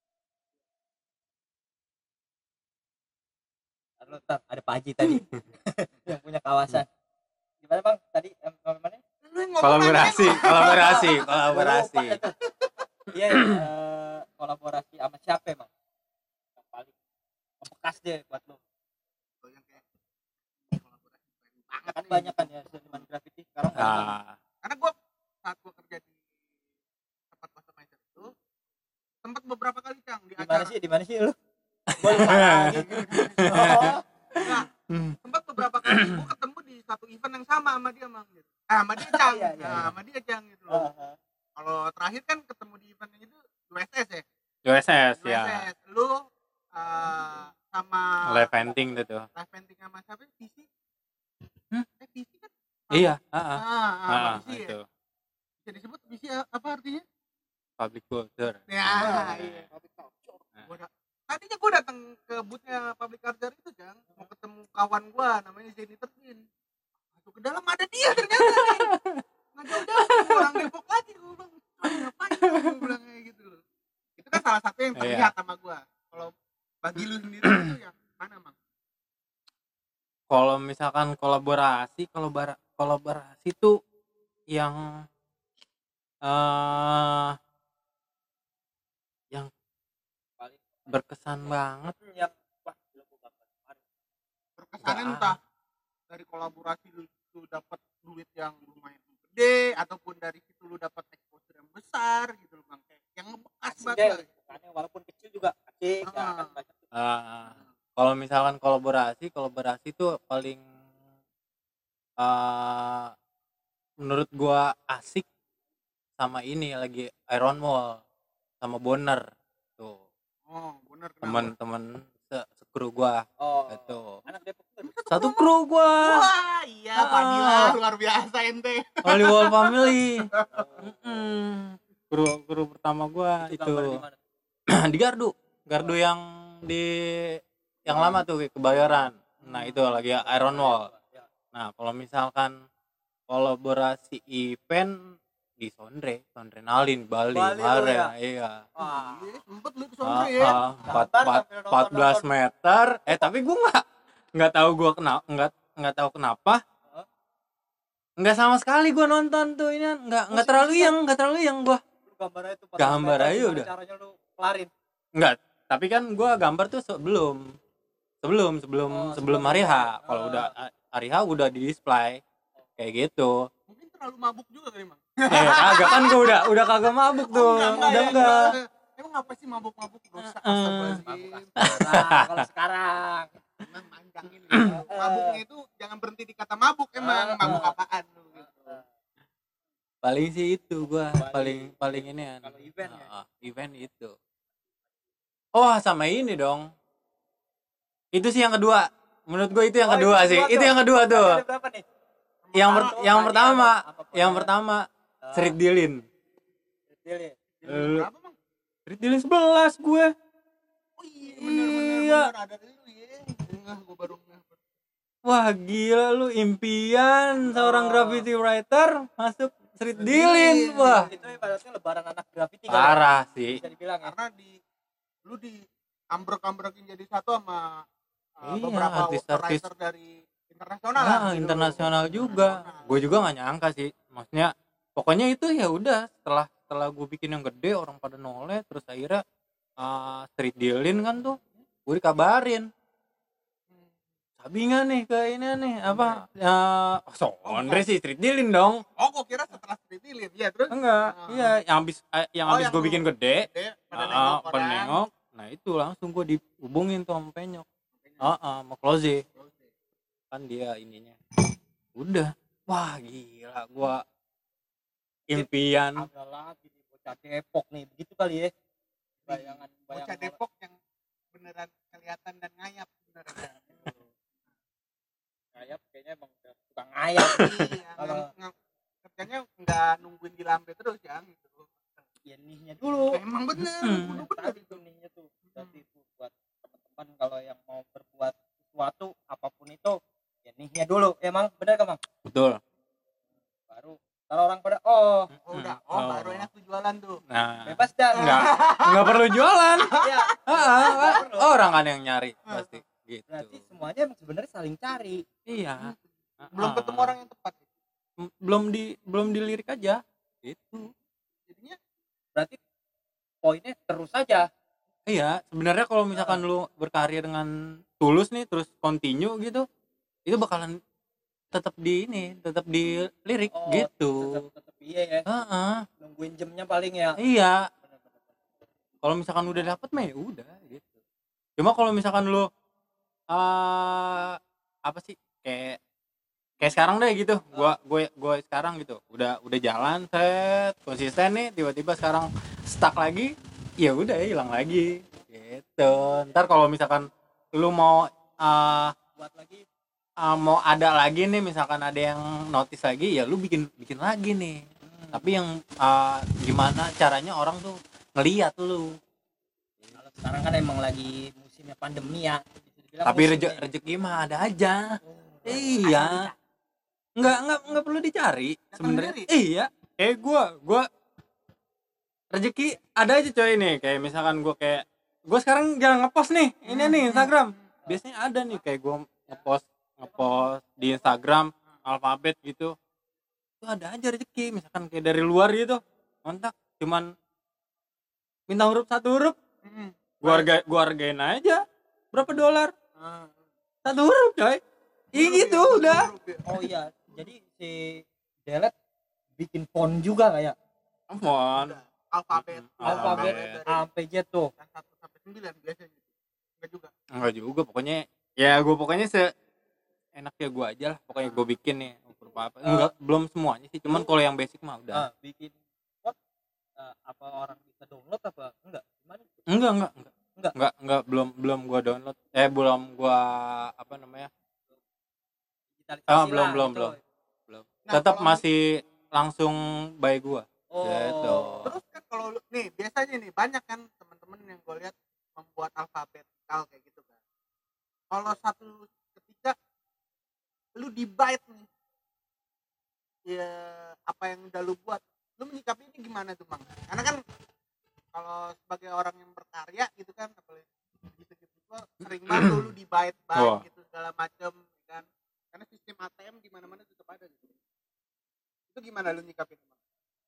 Lalu tar ada Pak Haji tadi yang punya kawasan. Gimana bang tadi em, mana? Lu yang ngomong Kolaborasi, aja, kolaborasi, kolaborasi. Gua lupa itu. Iya eh, kolaborasi sama siapa emang? Yang paling membekas deh buat lu. Lu yang kayak kolaborasi keren banget Kan nih. banyak kan ya seniman grafiti sekarang banyak. Ah, Karena gue saat gue kerja di tempat customizer itu sempat beberapa kali Cang di Di mana acara sih? Di mana sih lu? Gua lupa lagi. Oh, nah, hmm. sempat beberapa kali gue ketemu di satu event yang sama sama dia Mang gitu. Ah, sama dia Cang. Iya, iya, Nah, iya. sama dia Cang gitu loh. uh, Kalau terakhir kan ketemu di event yang itu U S S ya. U S S U S S. ya. Lu uh, sama Live painting itu tuh. live painting sama siapa? P C? Hmm? Eh P C kan? Iya, ah, Ah, ah. ah, sama Ah, P C ya. itu Bisa disebut P C apa artinya? public culture. Ya, Ah, iya. Nah. Gua da- tadinya gue datang ke boothnya Public Culture itu Jang, mau ketemu kawan gue namanya Zeni Tertin. Masuk ke dalam ada dia ternyata nih. Nggak jauh-jauh orang Depok lagi gue bilang. "Ah, ngapain lu?" Gua bilang salah satu yang terlihat Iya. sama gua. Kalau bagi lu sendiri itu yang mana, Mang? Kalau misalkan kolaborasi, kolabora kolaborasi tuh yang eh yang Paling berkesan banget. yang wah gila gua gambar kemarin. Berkesannya Nggak. entah dari kolaborasi lu, lu dapat duit yang lumayan gede ataupun dari situ lu dapat exposure yang besar gitu loh, Bang. Kayak yang ngebekas Asik banget deh lah. bukannya walaupun kecil juga asik ya Ah. kan banyak tuh. Eh, kalau misalkan kolaborasi, kolaborasi tuh paling eh menurut gua asik sama ini lagi Iron Wall sama Boner tuh Oh, bener kenapa? teman-teman se sekru gua Oh itu anak Depok tuh satu kru gua Wah, iya Ah. Fadila luar biasa ente. Holy Wall Family. Mm-mm. kru kru pertama gua itu itu, gambar di mana? di Gardu Gardu yang di yang lama tuh Kebayoran. Nah itu lagi Iron Wall. Ya. Nah kalau misalkan kolaborasi event di Sondre, Sondrenalin Bali Bali lu kemarin, ya? iya. Wah. Iya, sempet lu ke Ah, Sondre ya. ah, empat- Gambar empat- sambil empat belas nonton-nonton. meter. Eh tapi gua nggak nggak tahu gua kenapa nggak nggak tahu kenapa. Hah? Nggak sama sekali gua nonton tuh ini nggak nggak Musik terlalu juga. yang nggak terlalu yang gua Lu gambar aja tuh pas Gambar meter, aja gimana udah. caranya lu kelarin nggak. Tapi kan gua gambar tuh sebelum sebelum sebelum Oh, sebelum sebelum hari H. hari. Kalau Oh. udah hari H udah di display kayak gitu. Mungkin terlalu mabuk juga kali, Mang. Eh kagak kan gua udah udah kagak mabuk tuh. Oh, enggak, Udah ya, enggak. Emang apa sih mabuk-mabuk dosa? Eh, eh. Astagfirullahaladzim. nah, kalau sekarang Emang panjang ini. Mabuknya itu jangan berhenti di kata mabuk emang. Eh, Mabuk eh. apaan lu gitu. Paling sih itu gua Bali. paling paling ini kan. Kalau event ya? Ah, event itu. Oh sama ini dong. Itu sih yang kedua. Menurut gua itu yang Oh, kedua itu sih. kedua Itu tuh. yang kedua Tadi tuh. ada berapa nih? Yang per- Oh, yang tadi pertama, ada apa yang pokoknya. pertama Ah, Street Dealin. Deal-deal. Eh, Berapa, Mang? Street Dealin sebelas gue. Oh iya, bener bener Iya. bener ada lu ya. Enggak, gua baru ngeh. Wah gila lu impian seorang Oh. graffiti writer masuk Street Street Dealin. Dealin. Wah Itu ibaratnya lebaran anak graffiti kan? parah sih. Bisa dibilang ya. Karena di lu di ambrek-ambrekin jadi satu sama uh, Iya, beberapa artis-artis. writer dari internasional lah. Nah, gitu. internasional juga. Gue juga nggak nyangka sih. Maksudnya pokoknya itu ya udah setelah setelah gue bikin yang gede orang pada noleh terus akhirnya uh, Street Dealin kan tuh gue dikabarin. Sabi nggak nih ke ini nih apa? Ya, oh, Sondre sih Street Dealin dong. Oh, gua kira setelah Street Dealin. Iya, terus Enggak, Ah. iya yang habis eh, yang Oh, habis yang gue lu- bikin gede. gede pada Ah, nengok pada orang. nengok. Nah itu langsung gue dihubungin tuh sama Penyok. Ah, ah, mau close kan dia ininya. Udah, wah gila, gua impian. Ada lagi di bocah Depok nih, begitu kali ya. Bayangan Bocah bayangan Depok yang beneran kelihatan dan ngayap sebenarnya. ngayap kayaknya emang udah suka ngayap. Iya, Kalau nggak- nggak- kerjanya nggak nungguin di lambe terus ya gitu. ya nihnya dulu. Emang bener, Hmm. kudu bener Tadi itu. tuh nihnya tuh. Berarti itu buat teman-teman kalau yang mau berbuat sesuatu apapun itu ya nihnya dulu. Emang bener kan, Bang? Betul. Baru kalau orang pada oh, Oh, udah, oh, Oh. baru enak tuh jualan tuh. Nah, bebas dah. enggak enggak perlu jualan. Iya. Ah, ah, ah, orang kan yang nyari pasti gitu. Berarti semuanya emang sebenarnya saling cari. Iya. Belum Ah, ketemu orang yang tepat. m- belum di belum dilirik aja. Gitu. Jadinya Berarti poinnya terus saja. Iya, sebenarnya kalau misalkan lu berkarya dengan tulus nih terus continue gitu, itu bakalan tetap di ini, tetap dilirik Oh, gitu. Tetap, tetap iya ya. Heeh. Nungguin jamnya paling ya. Iya, Bener-bener. kalau misalkan udah dapet mah ya udah gitu. Cuma kalau misalkan lu eh apa sih kayak kayak sekarang deh gitu, gua gue gue sekarang gitu udah udah jalan set konsisten nih tiba-tiba sekarang stuck lagi ya udah hilang lagi gitu. Ntar kalau misalkan lu mau eh Buat lagi eh, mau ada lagi nih misalkan ada yang notice lagi ya lu bikin bikin lagi nih. hmm, Tapi yang eh, gimana caranya orang tuh ngeliat lu. kalau sekarang kan emang lagi musimnya pandemi ya. Bisa dibilang Tapi musim reje, nih. rezeki mah ada aja. Oh, Iya. Enggak enggak enggak perlu dicari Datang sebenarnya. sendiri. Iya. Kayak gua gua rezeki ada aja coy nih, kayak misalkan gue kayak gue sekarang jarang ngepost nih ini nih Instagram, biasanya ada nih kayak gue ngepost ngepost di Instagram alfabet gitu, itu ada aja rezeki. Misalkan kayak dari luar gitu kontak cuman minta huruf satu huruf, Mm-mm. gue harga gue hargain aja berapa dolar Ah. satu huruf coy. Iya Huruf gitu ya, udah. huruf ya. Oh iya, jadi si Delet bikin font juga nggak ya? Ampun. Udah. Alfabet, Mm-mm. Alfabet dari A sampai Z tuh. yang satu sampai sembilan biasanya. Enggak juga. Enggak juga pokoknya, ya gue pokoknya se enaknya gue aja lah pokoknya gue bikin nih huruf apa enggak, belum semuanya sih, cuman kalau yang basic mah udah. Ah, bikin font eh, apa orang bisa download apa enggak? Gimana? enggak enggak enggak Enggak. enggak enggak belum belum gue download, eh belum gue apa namanya, Digitalisasi ah lah belum belum gitu. belum belum Nah, tetap kalau- masih langsung by gue. Oh. Gitu. Terus kan kalau lu- nih biasanya nih banyak kan teman-teman yang gue lihat membuat alfabetikal kayak gitu kan. Kalau satu ketika lu di bite nih, ya apa yang udah lu buat, lu menyikapi ini gimana tuh bang? Karena kan kalau sebagai orang yang berkarya gitu kan, apalagi gitu-gitu gua sering banget lu di bite Wah. bite gitu segala macem kan. Karena sistem A T M di mana-mana tetap ada gitu. Itu gimana lu nyikapin bang?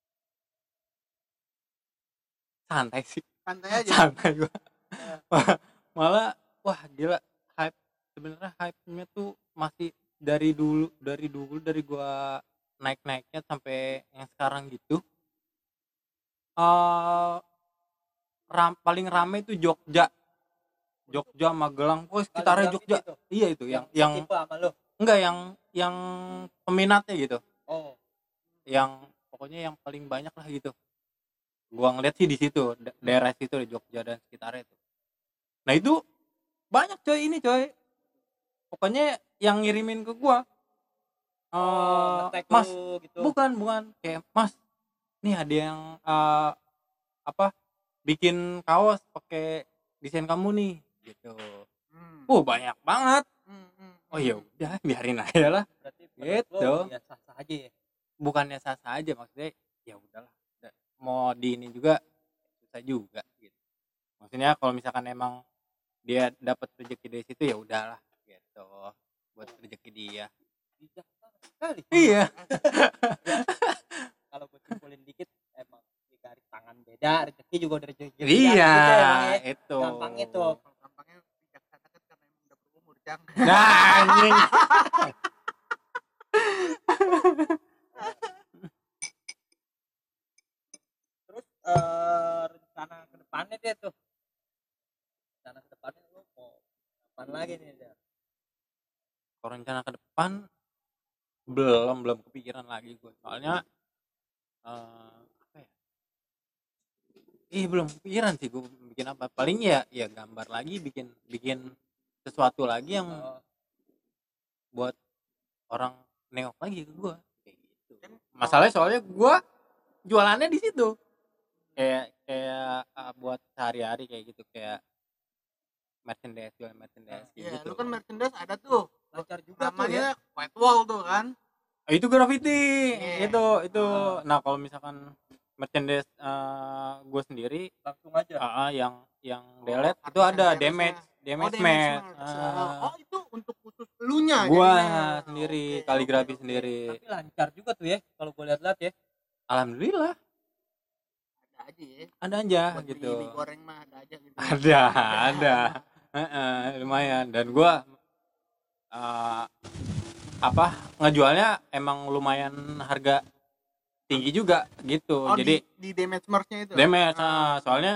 Santai sih, Santai aja. santai gue. Malah wah gila, hype sebenarnya hype-nya tuh masih dari dulu dari dulu dari gua naik-naiknya sampai yang sekarang gitu. eh ram, paling rame itu Jogja. Jogja, Magelang, oh sekitarnya Kaligrafi Jogja. itu, Iya itu yang yang tipe sama lu. enggak yang yang peminatnya gitu. Oh. Yang pokoknya yang paling banyak lah gitu. Gua ngeliat sih di situ, da- daerah situ di Jogja dan sekitarnya itu. Nah itu banyak coy ini coy. Pokoknya yang ngirimin ke gua. eh Oh, nge-tag Mas, lu gitu. bukan bukan kayak Mas, nih ada yang eh, apa bikin kaos pakai desain kamu nih gitu. Hmm. Oh banyak banget. Hmm, hmm, Oh hmm. ya udah biarin aja lah. Berarti menurut Gitu. lu ya sah-sah aja ya. Bukannya sah-sah aja, maksudnya ya udahlah. Da- Mau di ini juga susah juga gitu. Maksudnya kalau misalkan emang dia dapat rezeki dari situ ya udahlah gitu. Buat rezeki dia. Bijak banget sekali. Iya. Kalau gue simpulin dikit emang di garis tangan beda, rezeki juga udah rezeki beda, Iya, gitu emang ya. itu. Gampang itu. Kalau gampangnya bijaksana kan karena emang udah berumur jang. Nah, anjing. Terus eh, rencana ke depannya dia tuh. Rencana ke depannya lu mau apaan lagi nih dia? Kalau rencana ke depan belum belum kepikiran lagi gue. Soalnya eh apa ya? Ih belum kepikiran sih gue bikin apa. Paling ya ya gambar lagi, bikin bikin sesuatu lagi yang Oh, buat orang nengok lagi ke gue kayak gitu. Kan Masalahnya soalnya gue jualannya di situ. Kayak kayak uh, buat sehari-hari kayak gitu, kayak merchandise, jual merchandise kayak Iya, gitu. lu kan merchandise ada tuh. lancar juga tuh ya. Namanya white wall tuh kan. Ah, itu graffiti. Iya. Itu itu. Ah. Nah, kalau misalkan merchandise uh, gue sendiri Langsung aja. uh, uh, yang yang Oh, delete itu artisan ada damage-nya. damage damage Oh, match. damage match. Ah. Oh, itu untuk khusus elunya Gua jadinya. sendiri, Oke, kaligrafi oke, oke. sendiri. Tapi lancar juga tuh ya kalau gue lihat-lihat ya. Alhamdulillah Ada aja ya. ada aja Buat beli gitu. mie goreng mah ada aja gitu. Ada, ada. Heeh, lumayan, dan gua uh, apa ngejualnya emang lumayan harga tinggi juga gitu. Oh, Jadi di, di damage merch-nya itu. damage, Ah. nah, soalnya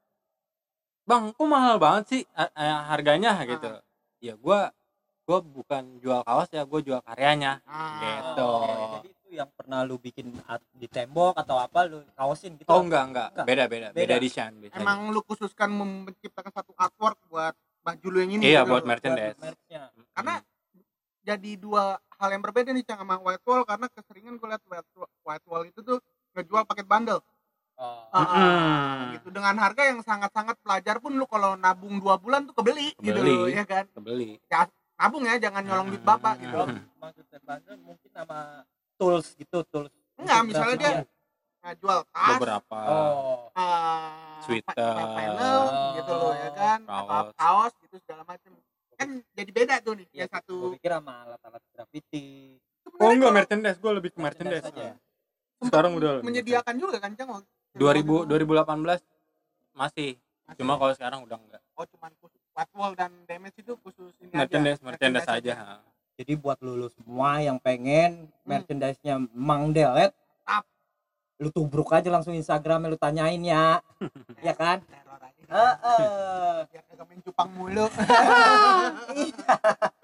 bang kok mahal banget sih uh, uh, harganya gitu. Ah. Ya gua gua bukan jual kaos ya, gua jual karyanya. Ah. Gitu. Oh, jadi itu yang pernah lu bikin at- di tembok atau apa lu kaosin gitu. Oh enggak enggak, Enggak. beda beda beda Beda. desain. beda. Emang lu khususkan mem- menciptakan satu artwork buat baju lu yang ini. Iya, gitu. buat merchandise. Merch-nya. Karena jadi dua hal yang berbeda nih Cang sama white wall, karena keseringan gue liat white, white wall itu tuh ngejual paket bundle. Oh. Ah, Mm-mm. gitu dengan harga yang sangat-sangat pelajar pun lu kalau nabung dua bulan tuh kebeli, gitu Kebeli. loh, ya kan. Kebeli. Nabung ya, jangan nyolong duit bapak gitu. Kalau maksudnya bundle mungkin sama tools gitu, tools. Enggak, Untuk misalnya dia grafik Nah, jual tas, beberapa Oh. eh, Sweater. pa- panel gitu loh ya kan, apa Kaos. kaos gitu segala macam. Kan jadi beda tuh nih. Iya, Yang satu gue pikir sama alat-alat graffiti. Oh sebenarnya enggak, kalau merchandise, gue lebih ke Merchandise merchandise. aja. Ah. sempet Sekarang udah lebih menyediakan juga kan Cang waktu dua ribu dua ribu delapan belas masih. Masih. Cuma kalau sekarang udah enggak. Oh, cuman khusus Whitewall dan Damage itu khusus ini Merchandise, aja. merchandise aja. Ha. Jadi buat lu semua yang pengen Hmm. merchandise-nya Mang Delet, Tap. lu tubruk aja langsung Instagram, lu tanyain ya. Ya kan? Teror aja. Heeh. Biar kagak main cupang mulu. Iya.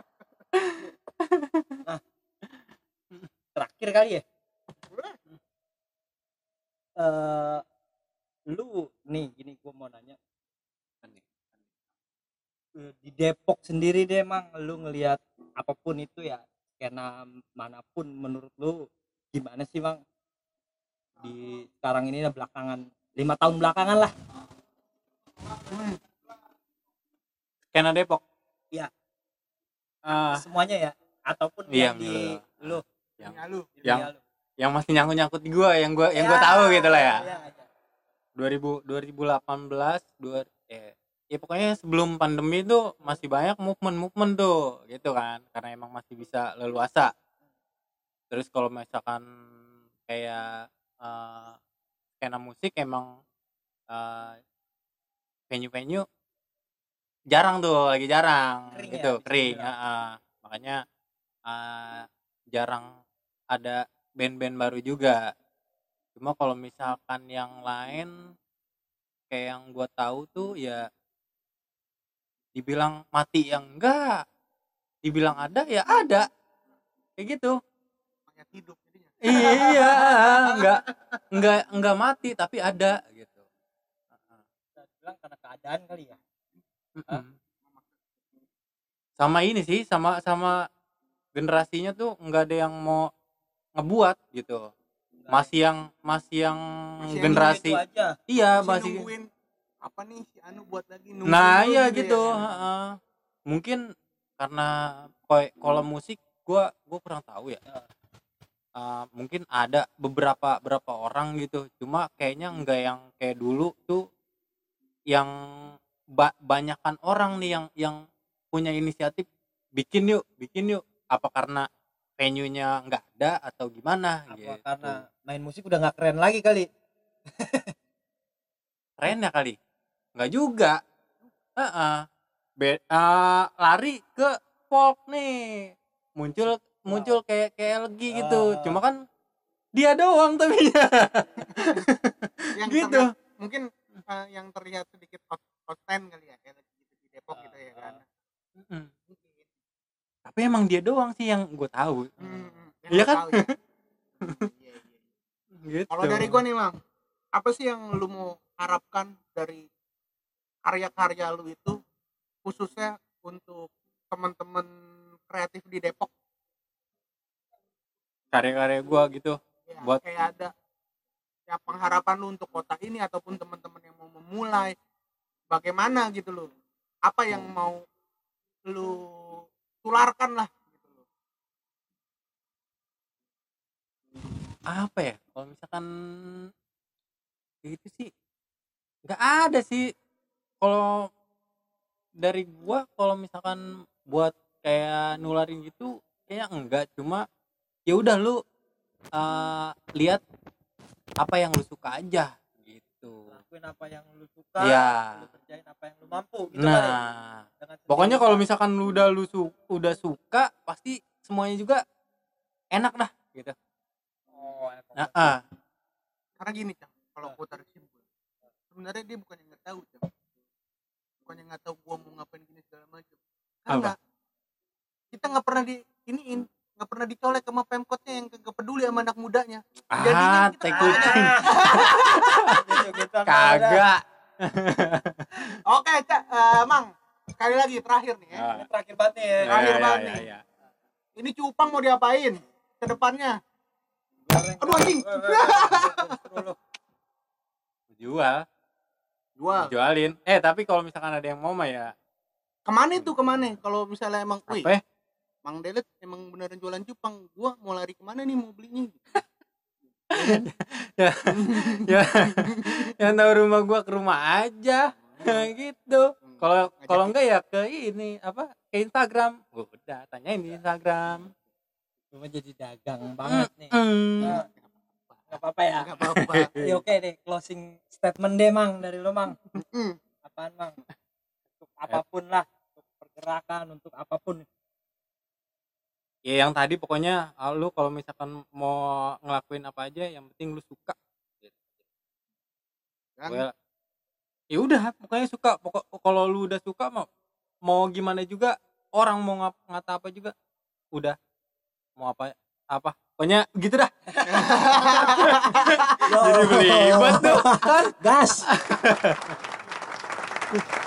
Nah, terakhir kali ya. Eh, lu nih gini gua mau nanya. Eh, di Depok sendiri deh Mang, lu ngelihat apapun itu ya, skena manapun menurut lu gimana sih Mang? Di sekarang ini ya, belakangan lima tahun belakangan lah. Hmm. Skena Depok. Iya. Ah, Semuanya ya, ataupun Iya, yang di bener. lu, yang Ya lu. di Yang- lu. yang masih nyangkut-nyangkut di gua, yang gua yang gua Ya, tahu gitu lah ya. iya, iya. dua ribu dua ribu delapan belas dua eh ya pokoknya sebelum pandemi tuh masih banyak movement-movement tuh gitu kan, karena emang masih bisa leluasa. Terus kalau misalkan kayak eh, skena musik emang eh, venue-venue jarang tuh, lagi jarang Kering ya, gitu, bisa kering. dibilang. Heeh. Makanya eh, jarang ada band-band baru juga. Cuma kalau misalkan yang lain kayak yang gua tahu tuh ya dibilang mati yang enggak, dibilang ada ya ada, kayak gitu. Mayat hidup jadinya. Iya, enggak enggak enggak mati tapi ada gitu. Heeh. Bisa bilang karena keadaan kali ya. Mm-mm. Sama ini sih, sama sama generasinya tuh nggak ada yang mau ngebuat gitu. Masih yang masih yang Masih yang generasi Itu aja. iya Masih masih. nungguin apa nih si Anu buat lagi nungguin Nah dulu iya gitu gitu, ya kan? heeh. Mungkin karena koi- kalau musik gua gua kurang tahu ya. Ya. Uh, mungkin ada beberapa beberapa orang gitu, cuma kayaknya enggak yang kayak dulu tuh yang ba- banyakan orang nih yang yang punya inisiatif bikin yuk bikin yuk, apa karena venue-nya nggak ada atau gimana Apa gitu. karena main musik udah nggak keren lagi kali? Keren ya kali nggak juga. Heeh. Be- uh, lari ke folk nih, muncul muncul kayak kayak lagi gitu, Ah. cuma kan dia doang tapi Yang gitu. terlihat, mungkin eh, yang terlihat sedikit out, outstand kali ya kayak lagi gitu di Depok Ah, gitu ya kan. Mm-mm. Mungkin. Tapi emang dia doang sih yang gue tahu. Hmm, hmm, yang Iya lo kan? tahu ya. Hmm, iya, iya. Gitu. Kalau dari gua nih Mang, apa sih yang lu mau harapkan dari karya-karya lu itu, khususnya untuk teman-teman kreatif di Depok? Karya-karya gue gitu. Ya, Buat- kayak ada ya pengharapan lu untuk kota ini ataupun teman-teman yang mau memulai, bagaimana gitu lo? Apa yang mau lu tularkan lah gitu loh. Apa ya? Kalau misalkan gitu sih nggak ada sih. Kalau dari gua kalau misalkan buat kayak nularin gitu kayaknya enggak, cuma ya udah lu uh, lihat apa yang lu suka aja gitu. Lakuin apa yang lu suka, Iya. lu kerjain apa yang lu mampu gitu kali. Nah, Dengan pokoknya sendirinya. kalau misalkan lu udah lu su- udah suka pasti semuanya juga enak dah gitu. Oh, enak Nah, banget. ah. Karena gini Cang, kalau Ah. gua tarik simpul, sebenarnya dia bukan yang nggak tahu Cang, bukan yang nggak tahu gua mau ngapain gini segala macam, karena kita nggak pernah di iniin, nggak pernah dicolek sama pemkotnya yang kagak peduli sama anak mudanya. Jadinya Ah, kita tai nggak kucing. Gitu-gituan ada. Kagak. Oke Cak, eh, Mang, sekali lagi terakhir nih ya. Ah. Ini terakhir banget nih ya. Ya, Terakhir ya, banget ya, nih. ya. Ini cupang mau diapain ke depannya? Goreng. Aduh, anjing. Weh, weh, weh, suruh lu. Jual, Jual. jualin. Eh, tapi kalau misalkan ada yang mau mah ya Kemana itu kemana? Kalau misalnya emang, wih, apa? ya? Mang Delet emang beneran jualan cupang, gua mau lari kemana nih mau belinya? ya, ya, yang tahu rumah gua ke rumah aja gitu. Kalau kalau enggak ya ke ini apa ke Instagram. Gua udah tanyain di Instagram. Cuma jadi dagang banget nih. Mm. Nah, nggak apa-apa ya. Nggak apa-apa. Ya oke deh, closing statement deh Mang dari lo Mang. Mm. Apaan Mang? Untuk apapun lah, untuk pergerakan, untuk apapun. Ya yang tadi pokoknya ah, lu kalau misalkan mau ngelakuin apa aja yang penting lu suka. Kan? Well, ya udah pokoknya suka. Pokok kalau lu udah suka mau mau gimana juga orang mau ngap, ngata apa juga udah mau apa apa pokoknya gitu dah. Jadi belibet tuh kan Gas.